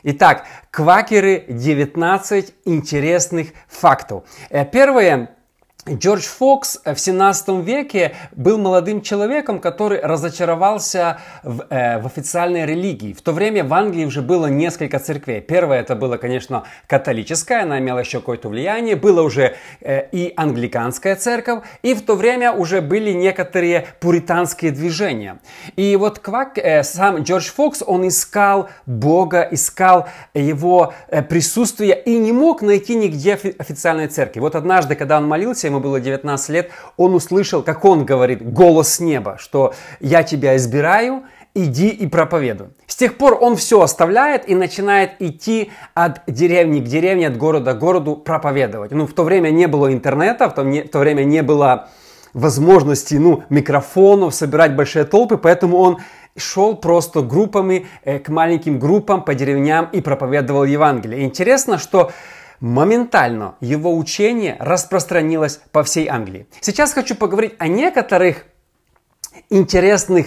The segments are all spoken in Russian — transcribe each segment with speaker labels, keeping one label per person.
Speaker 1: Итак, квакеры, 19 интересных фактов. Первое. Джордж Фокс в 17 веке был молодым человеком, который разочаровался в официальной религии. В то время в Англии уже было несколько церквей. Первая это была, конечно, католическая, она имела еще какое-то влияние. Было уже и англиканская церковь, и в то время уже были некоторые пуританские движения. И вот сам Джордж Фокс, он искал Бога, искал его присутствие и не мог найти нигде официальной церкви. Вот однажды, когда он молился, ему было 19 лет, он услышал, как он говорит, голос с неба, что «я тебя избираю, иди и проповедуй». С тех пор он все оставляет и начинает идти от деревни к деревне, от города к городу проповедовать. В то время не было интернета, в то время не было возможности микрофонов, собирать большие толпы, поэтому он шел просто группами к маленьким группам по деревням и проповедовал Евангелие. Интересно, что моментально его учение распространилось по всей Англии. Сейчас хочу поговорить о интересных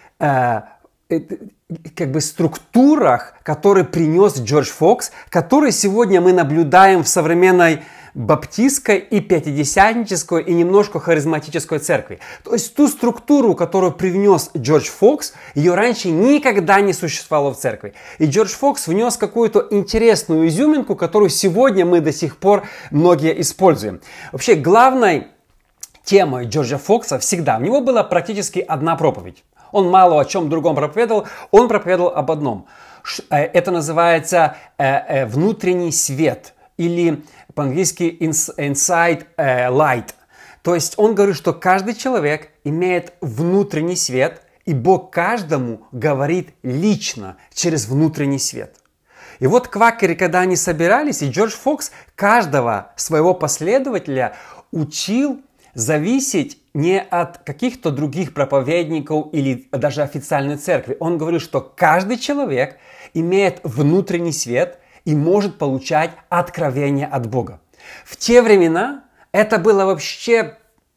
Speaker 1: структурах, которые принес Джордж Фокс, которые сегодня мы наблюдаем в современной баптистской и пятидесятнической и немножко харизматической церкви. То есть ту структуру, которую привнес Джордж Фокс, ее раньше никогда не существовало в церкви. И Джордж Фокс внес какую-то интересную изюминку, которую сегодня мы до сих пор многие используем. Вообще главной темой Джорджа Фокса всегда, у него была практически одна проповедь. Он мало о чем другом проповедовал, он проповедовал об одном. Это называется внутренний свет или по-английски inside light. То есть он говорит, что каждый человек имеет внутренний свет, и Бог каждому говорит лично через внутренний свет. И вот квакеры, когда они собирались, и Джордж Фокс каждого своего последователя учил зависеть не от каких-то других проповедников или даже официальной церкви. Он говорил, что каждый человек имеет внутренний свет и может получать откровение от Бога. В те времена это было вообще,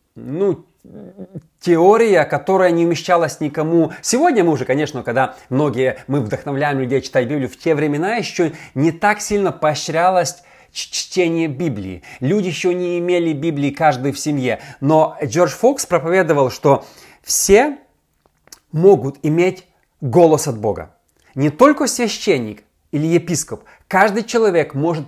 Speaker 1: теория, которая не умещалась никому. Сегодня мы уже, конечно, когда мы вдохновляем людей читать Библию, в те времена еще не так сильно поощрялось чтение Библии. Люди еще не имели Библии, каждый в семье. Но Джордж Фокс проповедовал, что все могут иметь голос от Бога. Не только священник или епископ. Каждый человек может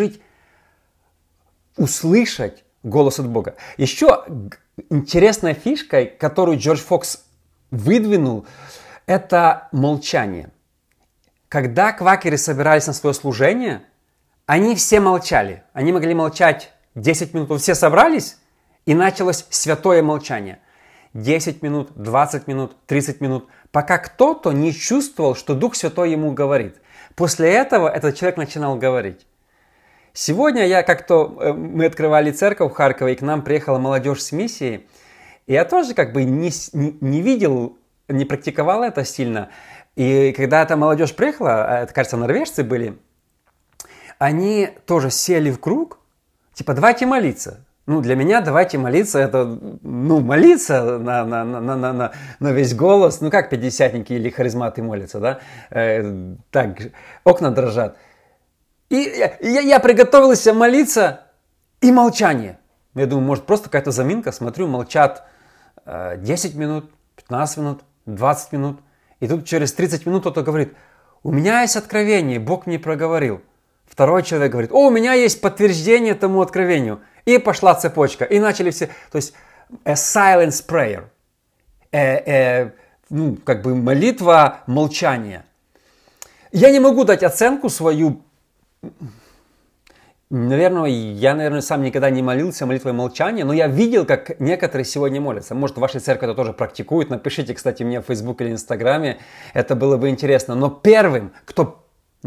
Speaker 1: услышать голос от Бога. Еще интересная фишка, которую Джордж Фокс выдвинул, это молчание. Когда квакеры собирались на свое служение, они все молчали. Они могли молчать 10 минут. Все собрались, и началось святое молчание. 10 минут, 20 минут, 30 минут, пока кто-то не чувствовал, что Дух Святой ему говорит. После этого этот человек начинал говорить. Сегодня мы открывали церковь в Харькове, и к нам приехала молодежь с миссией. И я тоже не видел, не практиковал это сильно. И когда эта молодежь приехала, это, кажется, норвежцы были, они тоже сели в круг, давайте молиться. Для меня давайте молиться, это, молиться на весь голос. Как пятидесятники или харизматы молятся, да? Так, окна дрожат. И я приготовился молиться, и молчание. Я думаю, может, просто какая-то заминка. Смотрю, молчат 10 минут, 15 минут, 20 минут. И тут через 30 минут кто-то говорит, у меня есть откровение, Бог мне проговорил. Второй человек говорит, у меня есть подтверждение тому откровению. И пошла цепочка. И начали все... То есть, silence prayer. Молитва молчания. Я не могу дать оценку свою. Я, сам никогда не молился молитвой молчания, но я видел, как некоторые сегодня молятся. Может, в вашей церкви это тоже практикуют. Напишите, кстати, мне в Facebook или Инстаграме. Это было бы интересно. Но первым, кто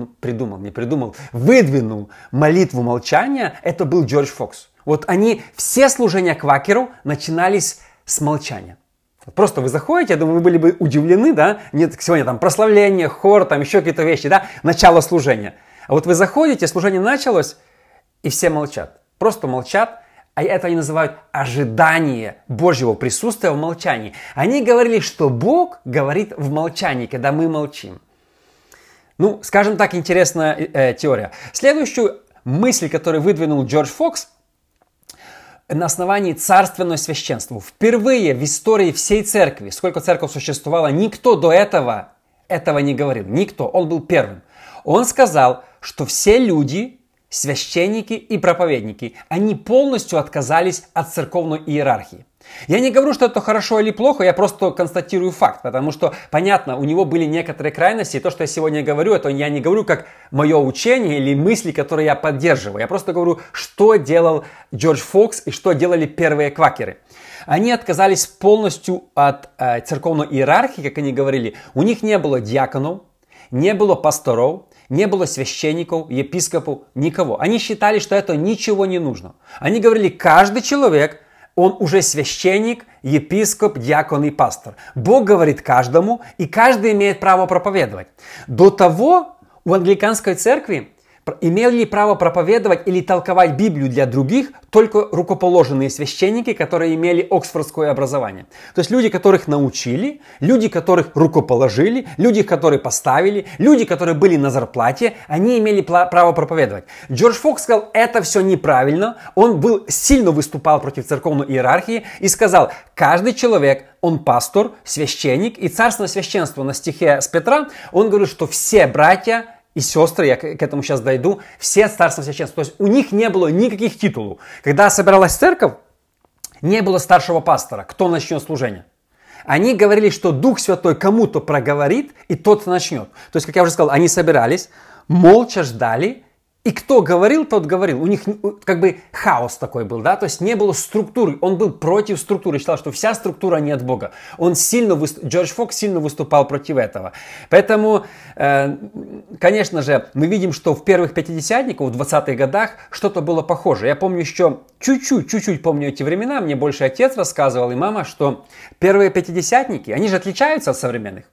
Speaker 1: выдвинул молитву молчания, это был Джордж Фокс. Вот все служения квакеров начинались с молчания. Просто вы заходите, я думаю, вы были бы удивлены, да? Нет, сегодня прославление, хор, еще какие-то вещи, да? Начало служения. А вот вы заходите, служение началось, и все молчат. Просто молчат, а это они называют ожидание Божьего присутствия в молчании. Они говорили, что Бог говорит в молчании, когда мы молчим. Ну, скажем так, интересная теория. Следующую мысль, которую выдвинул Джордж Фокс, на основании царственного священства. Впервые в истории всей церкви, сколько церковь существовало, никто до этого не говорил. Никто. Он был первым. Он сказал, что все люди, священники и проповедники, они полностью отказались от церковной иерархии. Я не говорю, что это хорошо или плохо, я просто констатирую факт, потому что, понятно, у него были некоторые крайности, и то, что я сегодня говорю, это я не говорю как мое учение или мысли, которые я поддерживаю. Я просто говорю, что делал Джордж Фокс и что делали первые квакеры. Они отказались полностью от церковной иерархии, как они говорили. У них не было диаконов, не было пасторов, не было священников, епископов, никого. Они считали, что это ничего не нужно. Они говорили, каждый человек, он уже священник, епископ, диакон и пастор. Бог говорит каждому, и каждый имеет право проповедовать. До того у англиканской церкви имели право проповедовать или толковать Библию для других только рукоположенные священники, которые имели оксфордское образование. То есть люди, которых научили, люди, которых рукоположили, люди, которые поставили, люди, которые были на зарплате, они имели право проповедовать. Джордж Фокс сказал, это все неправильно. Он сильно выступал против церковной иерархии и сказал, каждый человек, он пастор, священник, и царственное священство на стихе с Петра, он говорит, что все братья и сестры, я к этому сейчас дойду, все царственное священство. То есть у них не было никаких титулов. Когда собиралась церковь, не было старшего пастора, кто начнет служение. Они говорили, что Дух Святой кому-то проговорит, и тот начнет. То есть, как я уже сказал, они собирались, молча ждали, и кто говорил, тот говорил. У них как бы хаос такой был, да, то есть не было структуры. Он был против структуры, считал, что вся структура не от Бога. Джордж Фокс сильно выступал против этого. Поэтому, конечно же, мы видим, что в первых пятидесятниках, в 20-х годах, что-то было похоже. Я помню еще, чуть-чуть помню эти времена, мне больше отец рассказывал и мама, что первые пятидесятники, они же отличаются от современных.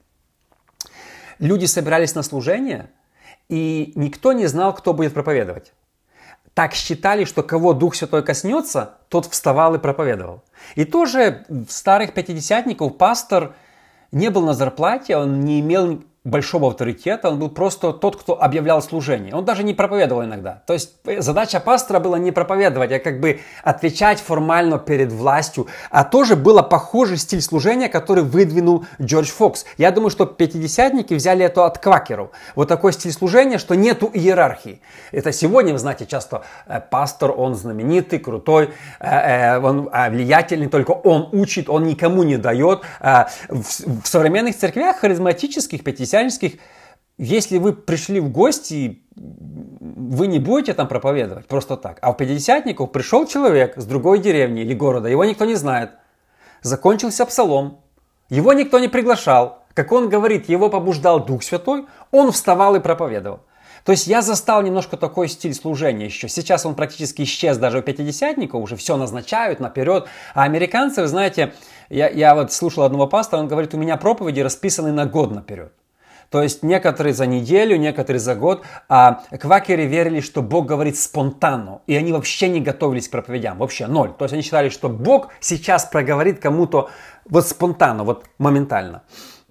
Speaker 1: Люди собирались на служение, и никто не знал, кто будет проповедовать. Так считали, что кого Дух Святой коснется, тот вставал и проповедовал. И тоже в старых пятидесятников пастор не был на зарплате, он не имел большого авторитета, он был просто тот, кто объявлял служение. Он даже не проповедовал иногда. То есть задача пастора была не проповедовать, а как бы отвечать формально перед властью. А тоже было похожий стиль служения, который выдвинул Джордж Фокс. Я думаю, что пятидесятники взяли это от квакеров. Вот такой стиль служения, что нету иерархии. Это сегодня, вы знаете, часто пастор, он знаменитый, крутой, он влиятельный, только он учит, он никому не дает. В современных церквях харизматических, пятидесятнических, если вы пришли в гости, вы не будете там проповедовать просто так. А у пятидесятников пришел человек с другой деревни или города, его никто не знает. Закончился псалом, его никто не приглашал. Как он говорит, его побуждал Дух Святой, он вставал и проповедовал. То есть я застал немножко такой стиль служения еще. Сейчас он практически исчез даже у пятидесятников, уже все назначают наперед. А американцы, вы знаете, я вот слушал одного пастора, он говорит, у меня проповеди расписаны на год наперед. То есть некоторые за неделю, некоторые за год. А квакеры верили, что Бог говорит спонтанно. И они вообще не готовились к проповедям. Вообще ноль. То есть они считали, что Бог сейчас проговорит кому-то вот спонтанно, вот моментально.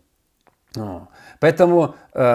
Speaker 1: Поэтому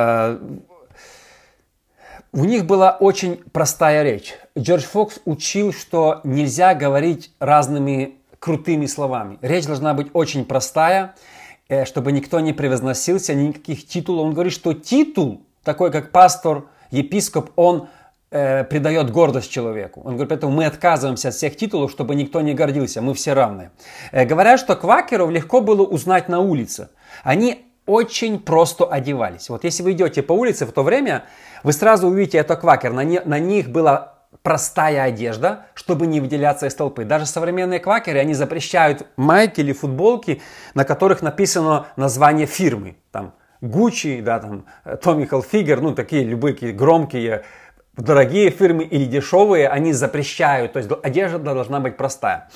Speaker 1: у них была очень простая речь. Джордж Фокс учил, что нельзя говорить разными крутыми словами. Речь должна быть очень простая, чтобы никто не превозносился, никаких титулов. Он говорит, что титул, такой как пастор, епископ, он придает гордость человеку. Он говорит, поэтому мы отказываемся от всех титулов, чтобы никто не гордился, мы все равны. Говорят, что квакеров легко было узнать на улице. Они очень просто одевались. Вот если вы идете по улице в то время, вы сразу увидите, это квакер. На них была простая одежда, чтобы не выделяться из толпы. Даже современные квакеры, они запрещают майки или футболки, на которых написано название фирмы. Там Gucci, да, там Tommy Hilfiger, ну такие любые громкие, дорогие фирмы или дешевые, они запрещают. То есть одежда должна быть простая.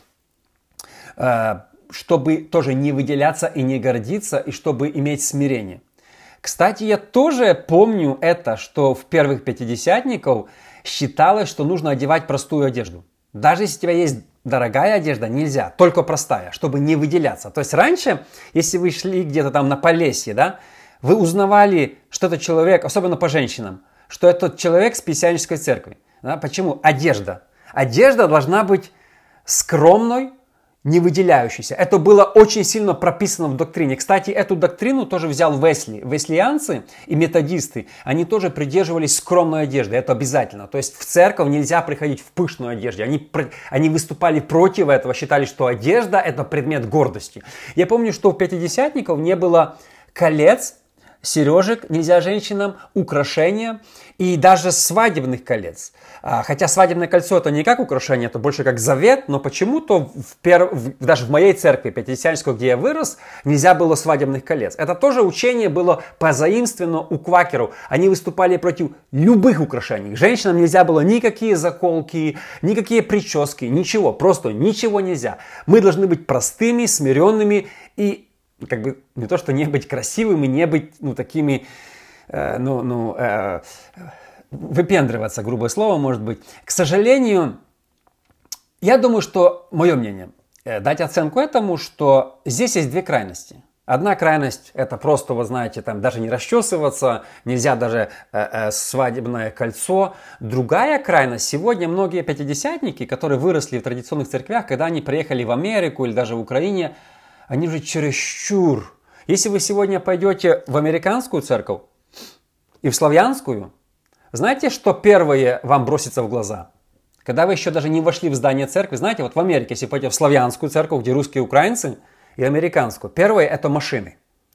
Speaker 1: Чтобы тоже не выделяться и не гордиться, и чтобы иметь смирение. Кстати, я тоже помню это, что в первых пятидесятников считалось, что нужно одевать простую одежду. Даже если у тебя есть дорогая одежда, нельзя, только простая, чтобы не выделяться. То есть раньше, если вы шли где-то там на Полесье, да, вы узнавали, что это человек, особенно по женщинам, что этот человек с пятидесятнической церкви. Да? Почему? Одежда. Одежда должна быть скромной, не выделяющейся. Это было очень сильно прописано в доктрине. Кстати, эту доктрину тоже взял Весли. Веслианцы и методисты, они тоже придерживались скромной одежды. Это обязательно. То есть в церковь нельзя приходить в пышной одежде. Они выступали против этого, считали, что одежда это предмет гордости. Я помню, что у пятидесятников не было колец, сережек, нельзя женщинам, украшения и даже свадебных колец. Хотя свадебное кольцо это не как украшение, это больше как завет, но почему-то даже в моей церкви пятидесятнической, где я вырос, нельзя было свадебных колец. Это тоже учение было позаимствовано у квакеров. Они выступали против любых украшений. Женщинам нельзя было никакие заколки, никакие прически, ничего, просто ничего нельзя. Мы должны быть простыми, смиренными и как бы не то, что не быть красивыми, не быть такими, выпендриваться, грубое слово, может быть. К сожалению, я думаю, что, мое мнение, дать оценку этому, что здесь есть две крайности. Одна крайность это просто, вы знаете, там даже не расчесываться, нельзя даже свадебное кольцо. Другая крайность, сегодня многие пятидесятники, которые выросли в традиционных церквях, когда они приехали в Америку или даже в Украине, они уже чересчур. Если вы сегодня пойдете в американскую церковь и в славянскую, знаете, что первое вам бросится в глаза? Когда вы еще даже не вошли в здание церкви, знаете, вот в Америке, если пойдете в славянскую церковь, где русские и украинцы, и американскую, первое это машины.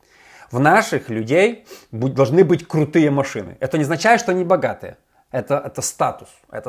Speaker 1: В наших людей должны быть крутые машины. Это не означает, что они богатые. Это статус,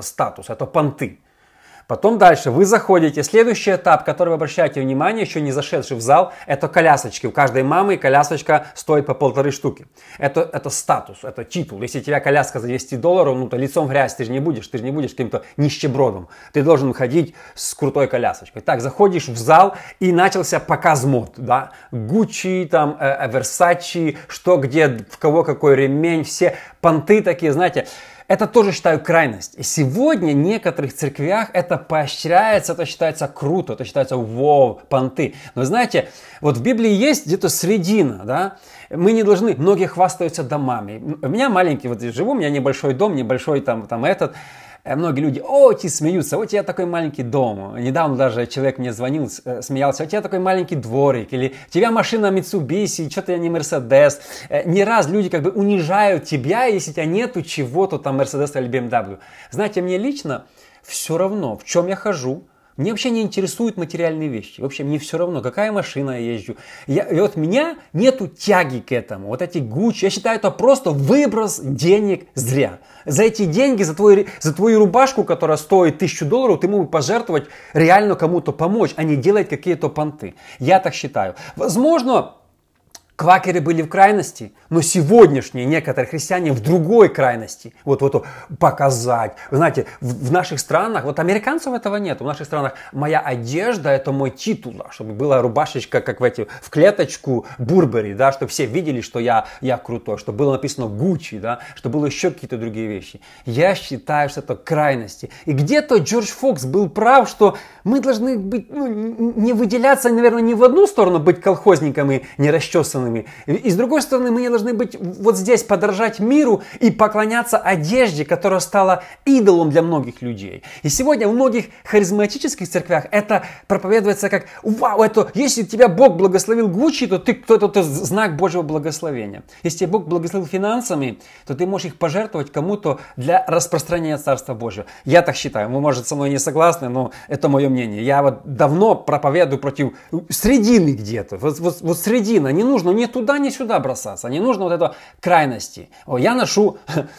Speaker 1: это понты. Потом дальше вы заходите. Следующий этап, который вы обращаете внимание, еще не зашедший в зал, это колясочки. У каждой мамы колясочка стоит по 1,5 штуки. Это статус, это титул. Если у тебя коляска за $200, то лицом в грязь ты же не будешь каким-то нищебродом. Ты должен ходить с крутой колясочкой. Так, заходишь в зал и начался показ мод. Да? Гуччи, там, Versace, что где, в кого какой ремень, все понты такие, знаете. Это тоже считаю крайность. И сегодня в некоторых церквях это поощряется, это считается круто, это считается вау, понты. Но знаете, вот в Библии есть где-то средина, да? Мы не должны, многие хвастаются домами. У меня маленький, вот я живу, у меня небольшой дом, небольшой там этот. Многие люди очень смеются, вот у тебя такой маленький дом. Недавно даже человек мне звонил, смеялся, у тебя такой маленький дворик, или у тебя машина Mitsubishi, что-то я не Mercedes. Не раз люди как бы унижают тебя, если у тебя нету чего-то там Mercedes или BMW. Знаете, мне лично все равно, в чем я хожу. Мне вообще не интересуют материальные вещи. Вообще мне все равно, какая машина я езжу. И вот меня нету тяги к этому. Вот эти Гуччи, я считаю, это просто выброс денег зря. За эти деньги, за твою рубашку, которая стоит $1000, ты мог пожертвовать, реально кому-то помочь, а не делать какие-то понты. Я так считаю. Возможно, квакеры были в крайности, но сегодняшние некоторые христиане в другой крайности. Вот показать. Вы знаете, в наших странах, вот американцев этого нет. В наших странах моя одежда это мой титул, чтобы была рубашечка, как в клеточку Бурбери, да, чтобы все видели, что я крутой, чтобы было написано Гуччи, да, чтобы было еще какие-то другие вещи. Я считаю, что это крайности. И где-то Джордж Фокс был прав, что мы должны быть, не выделяться, наверное, не в одну сторону, быть колхозниками, не расчесанными. И с другой стороны, мы не должны быть вот здесь, подражать миру и поклоняться одежде, которая стала идолом для многих людей. И сегодня в многих харизматических церквях это проповедуется как: вау, это если тебя Бог благословил Гуччи, то это знак Божьего благословения. Если тебя Бог благословил финансами, то ты можешь их пожертвовать кому-то для распространения Царства Божьего. Я так считаю. Вы, может, со мной не согласны, но это мое мнение. Я вот давно проповедую против средины где-то. Вот средина. Не нужно ни туда, ни сюда бросаться. Не нужно вот это крайности. Я ношу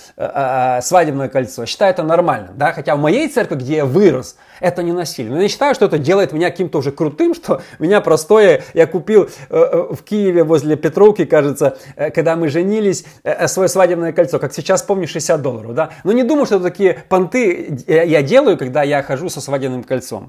Speaker 1: свадебное кольцо. Считаю это нормально. Да? Хотя в моей церкви, где я вырос, это не носили. Но я считаю, что это делает меня каким-то уже крутым, что меня простое. Я купил в Киеве возле Петровки, кажется, когда мы женились, свое свадебное кольцо. Как сейчас помню, $60. Да? Но не думаю, что такие понты я делаю, когда я хожу со свадебным кольцом.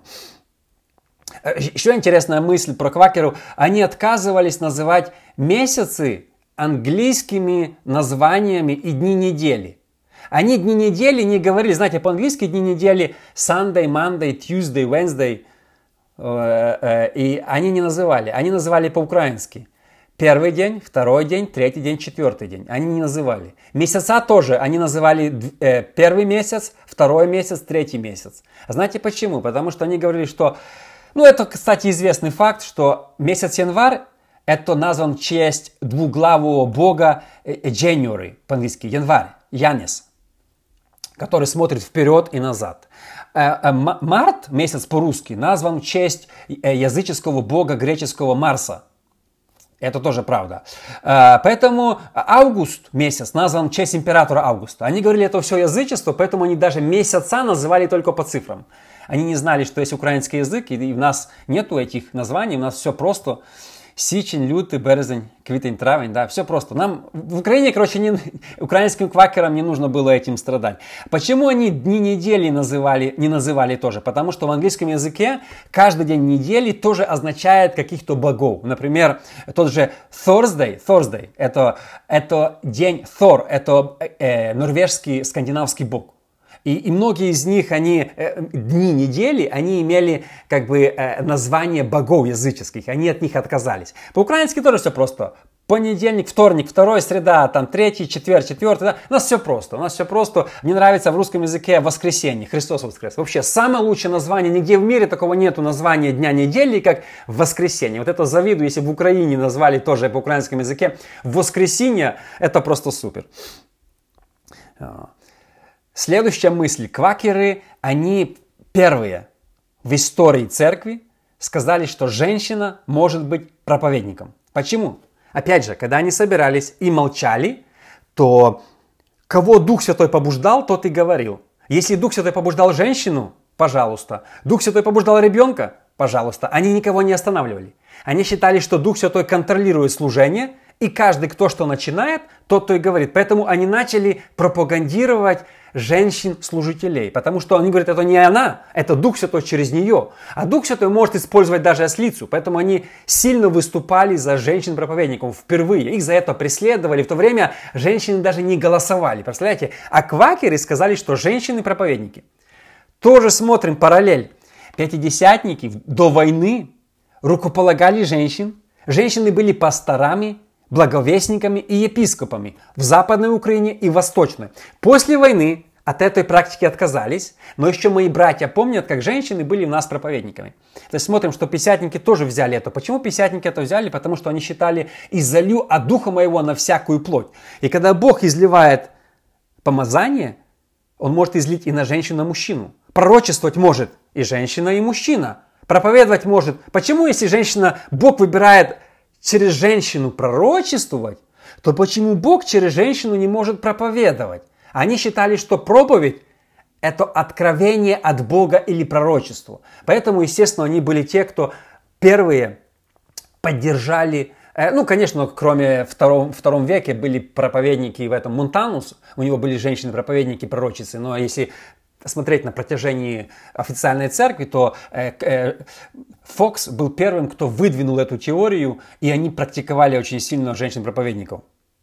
Speaker 1: Еще интересная мысль про квакеров. Они отказывались называть месяцы английскими названиями и дни недели. Они дни недели не говорили, знаете, по-английски дни недели Sunday, Monday, Tuesday, Wednesday. И они не называли. Они называли по-украински. Первый день, второй день, третий день, четвертый день. Они не называли. Месяца тоже. Они называли первый месяц, второй месяц, третий месяц. А знаете почему? Потому что они говорили, что... Ну, это, кстати, известный факт, что месяц январь это назван в честь двуглавого бога January, по-английски январь, Янис, который смотрит вперед и назад. Март, месяц по-русски, назван в честь языческого бога греческого Марса. Это тоже правда. Поэтому август месяц назван в честь императора Августа. Они говорили, это все язычество, поэтому они даже месяца называли только по цифрам. Они не знали, что есть украинский язык, и у нас нету этих названий, у нас все просто. Січень, лютый, березень, квитень, травень, да, все просто. Нам в Украине, короче, украинским квакерам не нужно было этим страдать. Почему они дни недели не называли тоже? Потому что в английском языке каждый день недели тоже означает каких-то богов. Например, тот же Thursday, это день Thor, это норвежский, скандинавский бог. И многие из них, дни недели, они имели как бы название богов языческих, они от них отказались. По-украински тоже все просто. Понедельник, вторник, второй, среда, там, третий, четверг, четвертый. Да? У нас все просто. Мне нравится в русском языке воскресенье, Христос воскрес. Вообще, самое лучшее название, нигде в мире такого нету названия дня недели, как воскресенье. Вот это завидую, если в Украине назвали тоже по украинскому языке воскресенье, это просто супер. Следующая мысль. Квакеры, они первые в истории церкви сказали, что женщина может быть проповедником. Почему? Опять же, когда они собирались и молчали, то кого Дух Святой побуждал, тот и говорил. Если Дух Святой побуждал женщину, пожалуйста. Дух Святой побуждал ребенка, пожалуйста. Они никого не останавливали. Они считали, что Дух Святой контролирует служение, и каждый, кто что начинает, тот то и говорит. Поэтому они начали пропагандировать женщин-служителей. Потому что они говорят, это не она, это Дух Святой через нее. А Дух Святой может использовать даже ослицу. Поэтому они сильно выступали за женщин-проповедников впервые. Их за это преследовали. В то время женщины даже не голосовали. Представляете? А квакеры сказали, что женщины-проповедники. Тоже смотрим параллель. Пятидесятники до войны рукополагали женщин. Женщины были пасторами, благовестниками и епископами в Западной Украине и Восточной. После войны от этой практики отказались, но еще мои братья помнят, как женщины были у нас проповедниками. То есть смотрим, что пятидесятники тоже взяли это. Почему пятидесятники это взяли? Потому что они считали, изолью от Духа Моего на всякую плоть. И когда Бог изливает помазание, Он может излить и на женщину, и на мужчину. Пророчествовать может и женщина, и мужчина. Проповедовать может. Почему, если женщина, Бог выбирает через женщину пророчествовать, то почему Бог через женщину не может проповедовать? Они считали, что проповедь – это откровение от Бога или пророчество. Поэтому, естественно, они были те, кто первые поддержали. Ну, конечно, кроме втором веке были проповедники в этом Монтанус, у него были женщины-проповедники, пророчицы, но если смотреть на протяжении официальной церкви, то Фокс был первым, кто выдвинул эту теорию, и они практиковали очень сильно женщин-проповедников.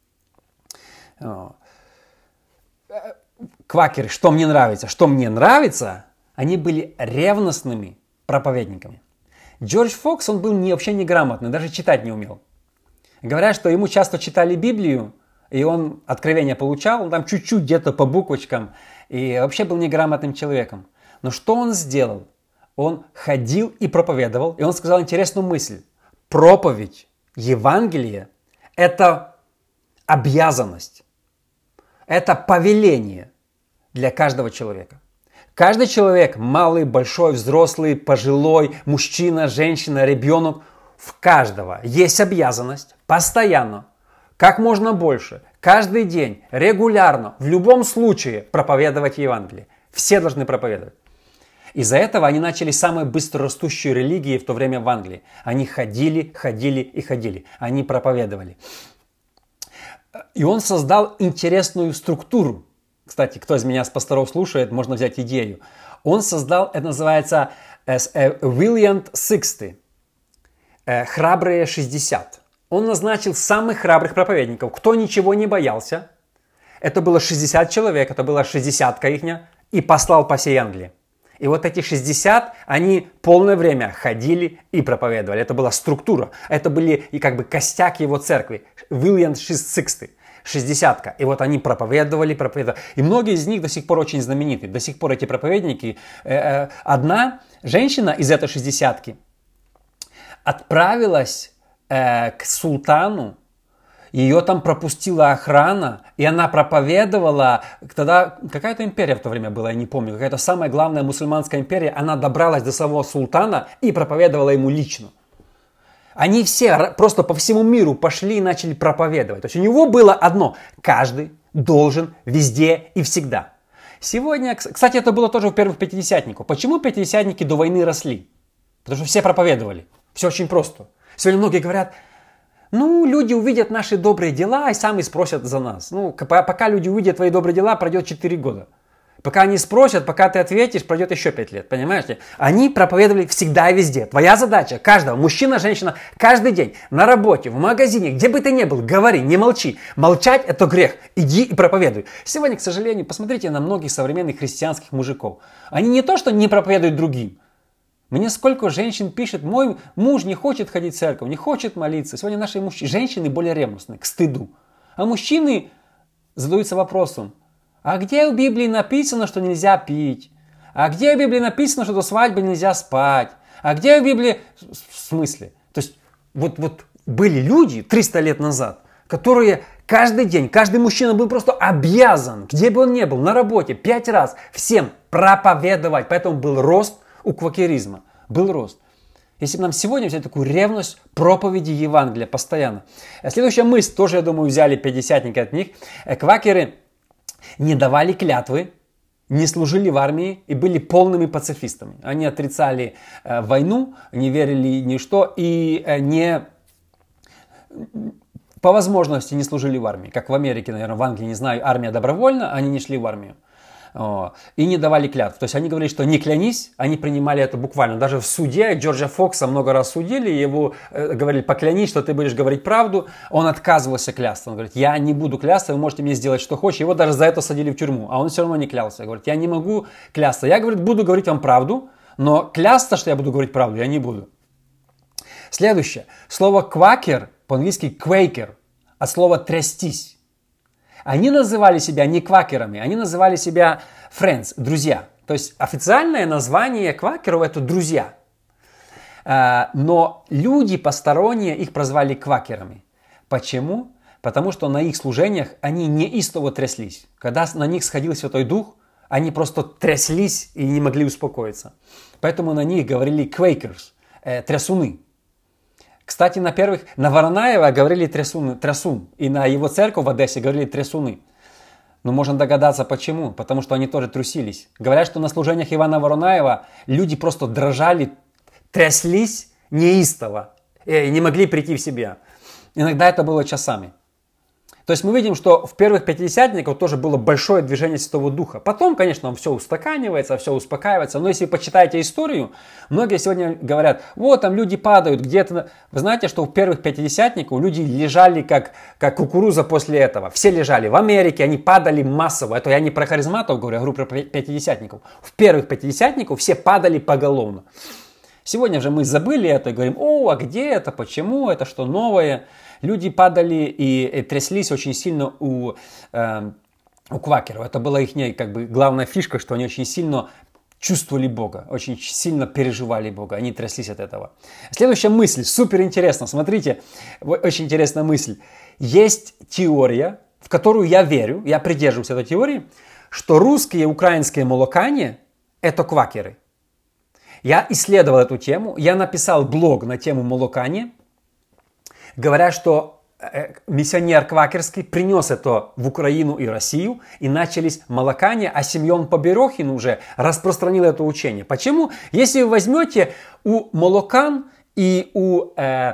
Speaker 1: Квакеры, что мне нравится? Что мне нравится, они были ревностными проповедниками. Джордж Фокс, он был вообще неграмотный, даже читать не умел. Говорят, что ему часто читали Библию, и он откровения получал, он там чуть-чуть где-то по буквочкам, и вообще был неграмотным человеком. Но что он сделал? Он ходил и проповедовал, и он сказал интересную мысль. Проповедь Евангелия – это обязанность, это повеление для каждого человека. Каждый человек, малый, большой, взрослый, пожилой, мужчина, женщина, ребенок, в каждого есть обязанность постоянно, как можно больше, каждый день, регулярно, в любом случае проповедовать Евангелие. Все должны проповедовать. Из-за этого они начали самой быстрорастущей религией в то время в Англии. Они ходили и ходили. Они проповедовали. И он создал интересную структуру. Кстати, кто из меня с пасторов слушает, можно взять идею. Он создал, это называется Valiant 60. Храбрые 60. Он назначил самых храбрых проповедников, кто ничего не боялся. Это было 60 человек, это была 60-ка ихня, и послал по всей Англии. И вот эти 60, они полное время ходили и проповедовали. Это была структура. Это были и как бы костяк его церкви. William 60. 60. И вот они проповедовали. И многие из них до сих пор очень знамениты. До сих пор эти проповедники. Одна женщина из этой 60 отправилась к султану. Ее там пропустила охрана, и она проповедовала. Тогда какая-то империя в то время была, я не помню, какая-то самая главная мусульманская империя. Она добралась до самого султана и проповедовала ему лично. Они все просто по всему миру пошли и начали проповедовать. То есть у него было одно: каждый должен везде и всегда. Сегодня, кстати, это было тоже у первых пятидесятников. Почему пятидесятники до войны росли? Потому что все проповедовали. Все очень просто. Сегодня многие говорят: ну, люди увидят наши добрые дела и сами спросят за нас. Ну, пока люди увидят твои добрые дела, пройдет 4 года. Пока они спросят, пока ты ответишь, пройдет еще 5 лет. Понимаете? Они проповедовали всегда и везде. Твоя задача, каждого, мужчина, женщина, каждый день, на работе, в магазине, где бы ты ни был, говори, не молчи. Молчать – это грех. Иди и проповедуй. Сегодня, к сожалению, посмотрите на многих современных христианских мужиков. Они не то, что не проповедуют другим. Мне сколько женщин пишет: мой муж не хочет ходить в церковь, не хочет молиться. Сегодня наши женщины более ревностны, к стыду. А мужчины задаются вопросом: а где в Библии написано, что нельзя пить? А где в Библии написано, что до свадьбы нельзя спать? А где в Библии... В смысле? То есть вот были люди 300 лет назад, которые каждый день, каждый мужчина был просто обязан, где бы он ни был, на работе, 5 раз всем проповедовать. Поэтому был рост у квакеризма. Был рост. Если бы нам сегодня взять такую ревность проповеди Евангелия постоянно. Следующая мысль, тоже, я думаю, взяли пятидесятники от них. Квакеры не давали клятвы, не служили в армии и были полными пацифистами. Они отрицали войну, не верили ни что и по возможности не служили в армии. Как в Америке, наверное, в Англии, не знаю, армия добровольно, они не шли в армию. И не давали клятв. То есть они говорили, что не клянись, они принимали это буквально. Даже в суде Джорджа Фокса много раз судили, его говорили: поклянись, что ты будешь говорить правду. Он отказывался клясться. Он говорит: я не буду клясться, вы можете мне сделать что хочешь. Его даже за это садили в тюрьму, а он все равно не клялся. Говорит: я не могу клясться. Я, говорит, буду говорить вам правду, но клясться, что я буду говорить правду, я не буду. Следующее. Слово квакер, по-английски quaker, от слова трястись. Они называли себя не квакерами, они называли себя friends, друзья. То есть официальное название квакеров – это друзья. Но люди посторонние их прозвали квакерами. Почему? Потому что на их служениях они неистово тряслись. Когда на них сходил Святой Дух, они просто тряслись и не могли успокоиться. Поэтому на них говорили quakers, трясуны. Кстати, на Воронаева говорили трясун, и на его церковь в Одессе говорили трясуны. Но можно догадаться почему. Потому что они тоже трусились. Говорят, что на служениях Ивана Воронаева люди просто дрожали, тряслись неистово и не могли прийти в себя. Иногда это было часами. То есть мы видим, что в первых пятидесятниках тоже было большое движение Святого Духа. Потом, конечно, он все устаканивается, все успокаивается. Но если вы почитаете историю, многие сегодня говорят: вот там люди падают где-то. Вы знаете, что у первых пятидесятников люди лежали как кукуруза после этого. Все лежали в Америке, они падали массово. Это я не про харизматов говорю, я говорю про пятидесятников. В первых пятидесятников все падали поголовно. Сегодня же мы забыли это и говорим: а где это, почему, это что новое? Люди падали и тряслись очень сильно у квакеров. Это была их как бы главная фишка, что они очень сильно чувствовали Бога, очень сильно переживали Бога, они тряслись от этого. Следующая мысль, супер интересно, смотрите, очень интересная мысль. Есть теория, в которую я верю, я придерживаюсь этой теории, что русские и украинские молокане – это квакеры. Я исследовал эту тему, я написал блог на тему молокания. Говорят, что миссионер квакерский принес это в Украину и Россию, и начались молокания, а Симеон Поберехин уже распространил это учение. Почему? Если вы возьмете у молокан и у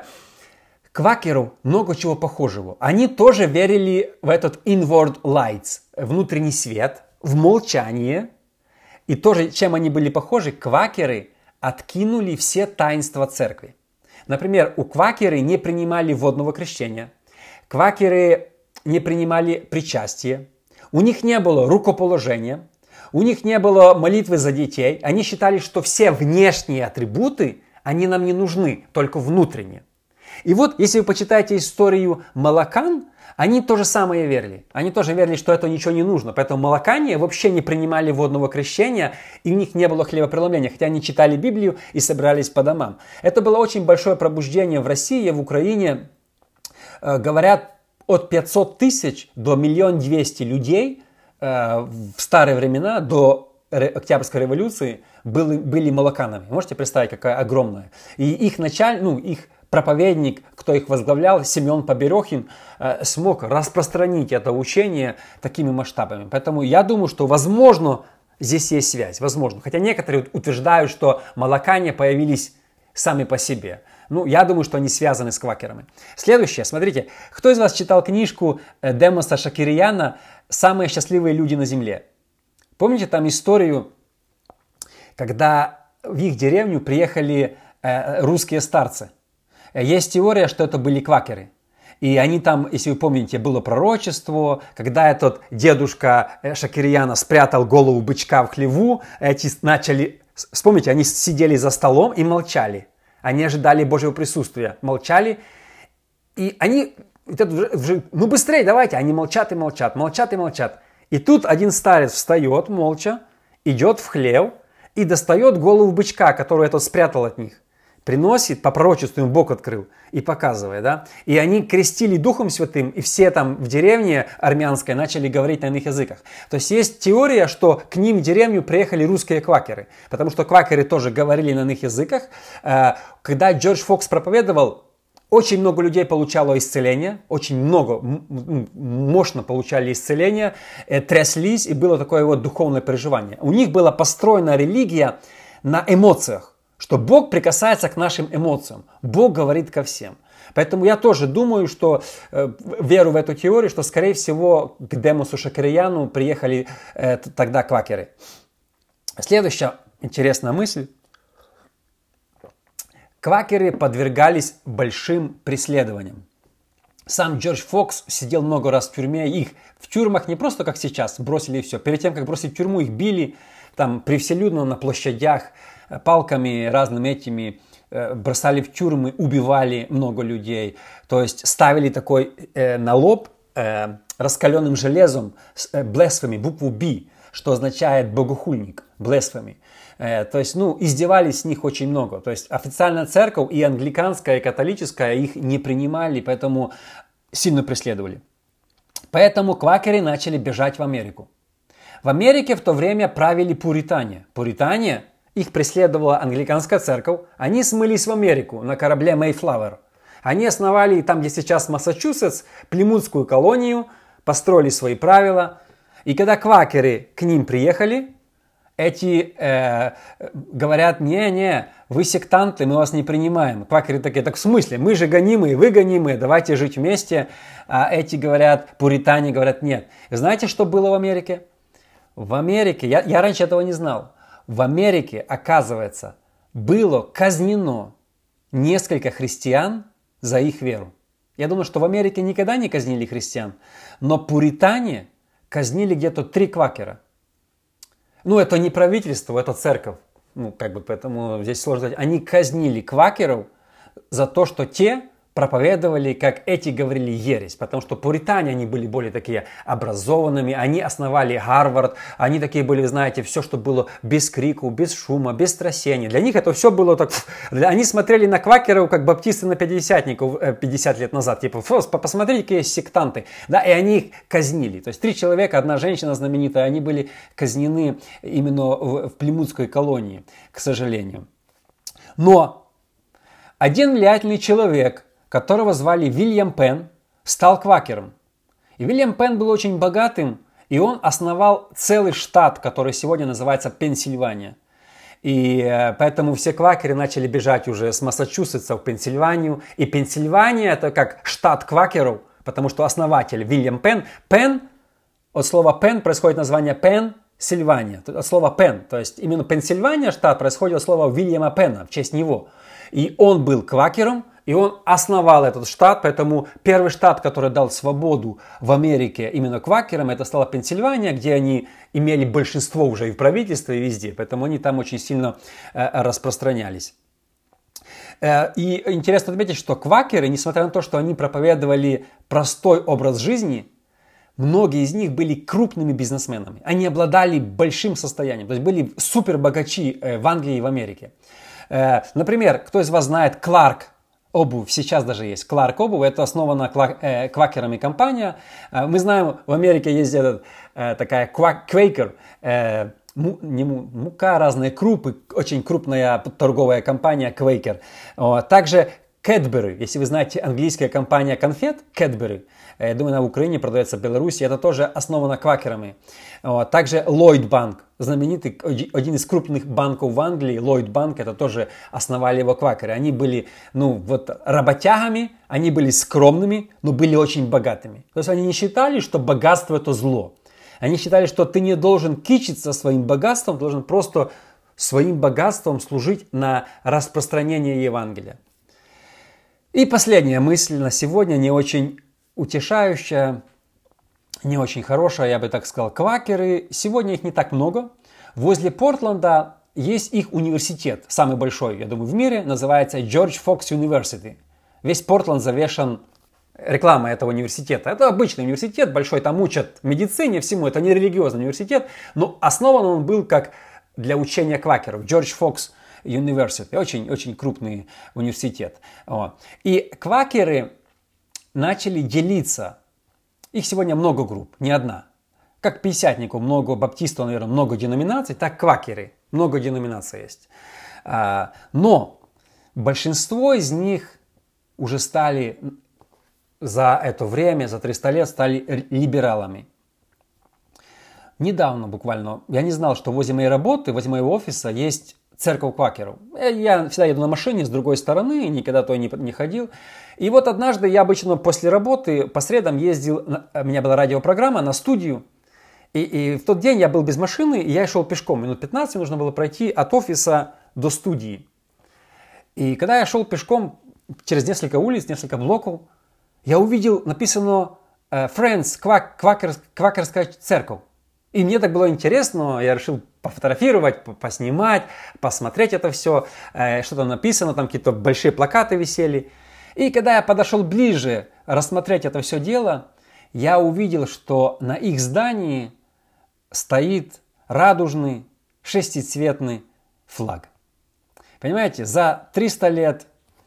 Speaker 1: квакеров много чего похожего. Они тоже верили в этот inward lights, внутренний свет, в молчание. И тоже, чем они были похожи, квакеры откинули все таинства церкви. Например, у квакеры не принимали водного крещения, квакеры не принимали причастие, у них не было рукоположения, у них не было молитвы за детей. Они считали, что все внешние атрибуты, они нам не нужны, только внутренние. И вот, если вы почитаете историю молокан, они то же самое верили. Они тоже верили, что это ничего не нужно. Поэтому молокане вообще не принимали водного крещения, и у них не было хлебопреломления, хотя они читали Библию и собирались по домам. Это было очень большое пробуждение в России, в Украине. Говорят, от 500 тысяч до 1 200 000 людей в старые времена, до Октябрьской революции, были молоканами. Можете представить, какая огромная. И их их проповедник, кто их возглавлял, Семен Поберехин, смог распространить это учение такими масштабами. Поэтому я думаю, что возможно здесь есть связь. Возможно. Хотя некоторые утверждают, что молокане появились сами по себе. Я думаю, что они связаны с квакерами. Следующее. Смотрите, кто из вас читал книжку Демоса Шакирьяна «Самые счастливые люди на земле»? Помните там историю, когда в их деревню приехали русские старцы? Есть теория, что это были квакеры. И они там, если вы помните, было пророчество, когда этот дедушка Шакирьяна спрятал голову бычка в хлеву, эти начали, вспомните, они сидели за столом и молчали. Они ожидали Божьего присутствия, молчали. И они, быстрее давайте, они молчат и молчат, молчат и молчат. И тут один старец встает молча, идет в хлев и достает голову бычка, которую этот спрятал от них. Приносит, по пророчеству им Бог открыл и показывает, да. И они крестили Духом Святым, и все там в деревне армянской начали говорить на иных языках. То есть есть теория, что к ним в деревню приехали русские квакеры, потому что квакеры тоже говорили на иных языках. Когда Джордж Фокс проповедовал, очень много людей получало исцеление, очень много, мощно получали исцеление, тряслись, и было такое вот духовное переживание. У них была построена религия на эмоциях, что Бог прикасается к нашим эмоциям, Бог говорит ко всем. Поэтому я тоже думаю, что верю в эту теорию, что, скорее всего, к Демосу Шакирьяну приехали тогда квакеры. Следующая интересная мысль. Квакеры подвергались большим преследованиям. Сам Джордж Фокс сидел много раз в тюрьме. Их в тюрьмах не просто как сейчас бросили и все. Перед тем, как бросить в тюрьму, их били там привселюдно на площадях, палками разными этими бросали в тюрьмы, убивали много людей. То есть ставили такой на лоб раскаленным железом blasphemy, букву B, что означает богохульник, blasphemy. То есть, издевались с них очень много. То есть официальная церковь и англиканская, и католическая их не принимали, поэтому сильно преследовали. Поэтому квакеры начали бежать в Америку. В Америке в то время правили пуритане. Пуритане, их преследовала англиканская церковь. Они смылись в Америку на корабле Mayflower. Они основали там, где сейчас Массачусетс, плимутскую колонию, построили свои правила. И когда квакеры к ним приехали, эти говорят: не, вы сектанты, мы вас не принимаем. Квакеры такие: так в смысле, мы же гонимые, вы гонимые, давайте жить вместе. А эти говорят, пуритане говорят: нет. Знаете, что было в Америке? В Америке, я раньше этого не знал, в Америке, оказывается, было казнено несколько христиан за их веру. Я думаю, что в Америке никогда не казнили христиан, но пуритане казнили где-то 3 квакера. Это не правительство, это церковь. Поэтому здесь сложно сказать. Они казнили квакеров за то, что те проповедовали, как эти говорили, ересь. Потому что пуритане, они были более такие образованными, они основали Гарвард, они такие были, знаете, все, что было без крику, без шума, без трясения. Для них это все было так... Они смотрели на квакеров, как баптисты на пятидесятников 50 лет назад. Типа, посмотрите, какие сектанты. Да, и они их казнили. То есть 3 человека, 1 женщина знаменитая, они были казнены именно в плимутской колонии, к сожалению. Но один влиятельный человек, которого звали Вильям Пенн, стал квакером. И Вильям Пенн был очень богатым, и он основал целый штат, который сегодня называется Пенсильвания. И поэтому все квакеры начали бежать уже с Массачусетса в Пенсильванию. И Пенсильвания — это как штат квакеров, потому что основатель Вильям Пенн. Пенн, от слова Пенн происходит название Пенсильвания. От слова Пенн, то есть именно Пенсильвания штат происходит от слова Вильяма Пенна, в честь него. И он был квакером, И он основал этот штат, поэтому первый штат, который дал свободу в Америке именно квакерам, это стала Пенсильвания, где они имели большинство уже и в правительстве, и везде. Поэтому они там очень сильно распространялись. И интересно отметить, что квакеры, несмотря на то, что они проповедовали простой образ жизни, многие из них были крупными бизнесменами. Они обладали большим состоянием, то есть были супербогачи в Англии и в Америке. Например, кто из вас знает Clark обувь, сейчас даже есть Clark обувь, это основана квакерами компания. Мы знаем, в Америке есть такая Quaker, мука, разные крупы, очень крупная торговая компания Quaker. Также Cadbury, если вы знаете, английская компания конфет Cadbury, я думаю, она в Украине продается в Беларуси, это тоже основано квакерами. Также Lloyd Bank, знаменитый, один из крупных банков в Англии, Lloyd Bank, это тоже основали его квакеры. Они были, работягами, они были скромными, но были очень богатыми. То есть они не считали, что богатство это зло. Они считали, что ты не должен кичиться своим богатством, должен просто своим богатством служить на распространение Евангелия. И последняя мысль на сегодня, не очень утешающая, не очень хорошая, я бы так сказал. Квакеры, сегодня их не так много. Возле Портленда есть их университет, самый большой, я думаю, в мире, называется George Fox University. Весь Портленд завешен рекламой этого университета. Это обычный университет, большой, там учат медицине, всему, это не религиозный университет, но основан он был как для учения квакеров, George Fox University, очень крупный университет. И квакеры начали делиться. Их сегодня много групп, не одна. Как пятидесятников много, баптистов, наверное, много деноминаций, так квакеры, много деноминаций есть. Но большинство из них уже стали за это время, за 300 лет, стали либералами. Недавно буквально, я не знал, что возле моей работы, возле моего офиса есть церковь квакеров. Я всегда еду на машине с другой стороны, никогда туда не ходил. И вот однажды я обычно после работы по средам ездил, у меня была радиопрограмма на студию. И в тот день я был без машины, и я шел пешком. Минут 15 нужно было пройти от офиса до студии. И когда я шел пешком через несколько улиц, несколько блоков, я увидел написано Friends, квакерская церковь. И мне так было интересно, я решил пофотографировать, поснимать, посмотреть это все, что там написано, там какие-то большие плакаты висели. И когда я подошел ближе рассмотреть это все дело, я увидел, что на их здании стоит радужный шестицветный флаг. Понимаете, за 300 лет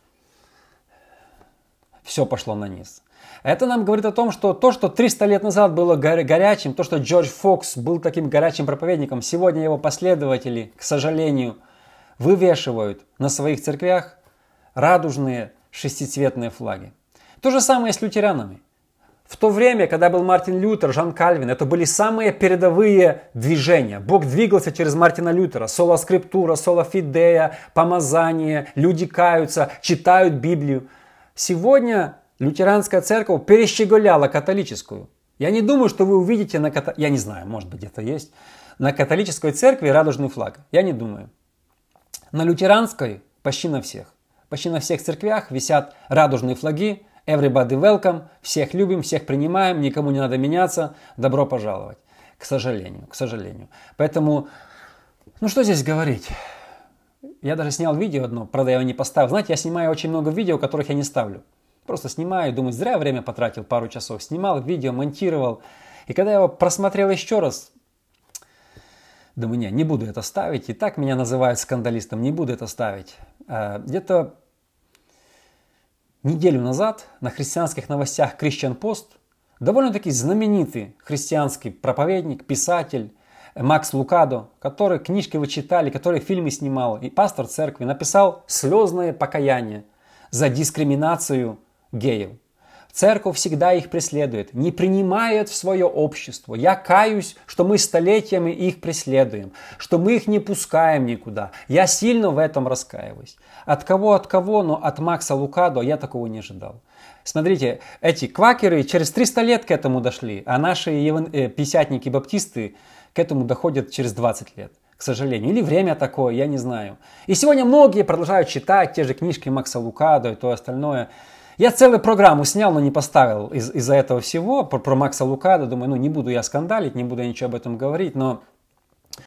Speaker 1: все пошло на низ. Это нам говорит о том, что то, что 300 лет назад было горячим, то, что Джордж Фокс был таким горячим проповедником, сегодня его последователи, к сожалению, вывешивают на своих церквях радужные шестицветные флаги. То же самое с лютеранами. В то время, когда был Мартин Лютер, Жан Кальвин, это были самые передовые движения. Бог двигался через Мартина Лютера. Сола скриптура, сола фидея, помазание, люди каются, читают Библию. Сегодня лютеранская церковь перещеголяла католическую. Я не думаю, что вы увидите я не знаю, может быть где-то есть, на католической церкви радужный флаг. Я не думаю. На лютеранской почти на всех. Почти на всех церквях висят радужные флаги. Everybody welcome. Всех любим, всех принимаем, никому не надо меняться. Добро пожаловать. К сожалению, к сожалению. Поэтому, что здесь говорить? Я даже снял видео одно, правда я его не поставил. Знаете, я снимаю очень много видео, которых я не ставлю. Просто снимаю, думаю, зря время потратил, пару часов. Снимал видео, монтировал. И когда я его просмотрел еще раз, думаю, не буду это ставить. И так меня называют скандалистом, не буду это ставить. Где-то неделю назад на христианских новостях Christian Post довольно-таки знаменитый христианский проповедник, писатель Макс Лукадо, который книжки вы читали, который фильмы снимал, и пастор церкви, написал слезное покаяние за дискриминацию геев. Церковь всегда их преследует, не принимает в свое общество. Я каюсь, что мы столетиями их преследуем, что мы их не пускаем никуда. Я сильно в этом раскаиваюсь. От кого, но от Макса Лукадо я такого не ожидал. Смотрите, эти квакеры через 300 лет к этому дошли, а наши пятидесятники, баптисты к этому доходят через 20 лет. к сожалению. Или время такое, я не знаю. И сегодня многие продолжают читать те же книжки Макса Лукадо и то остальное. Я целую программу снял, но не поставил из-за этого всего про Макса Лукадо. Думаю, ну не буду я скандалить, не буду я ничего об этом говорить, но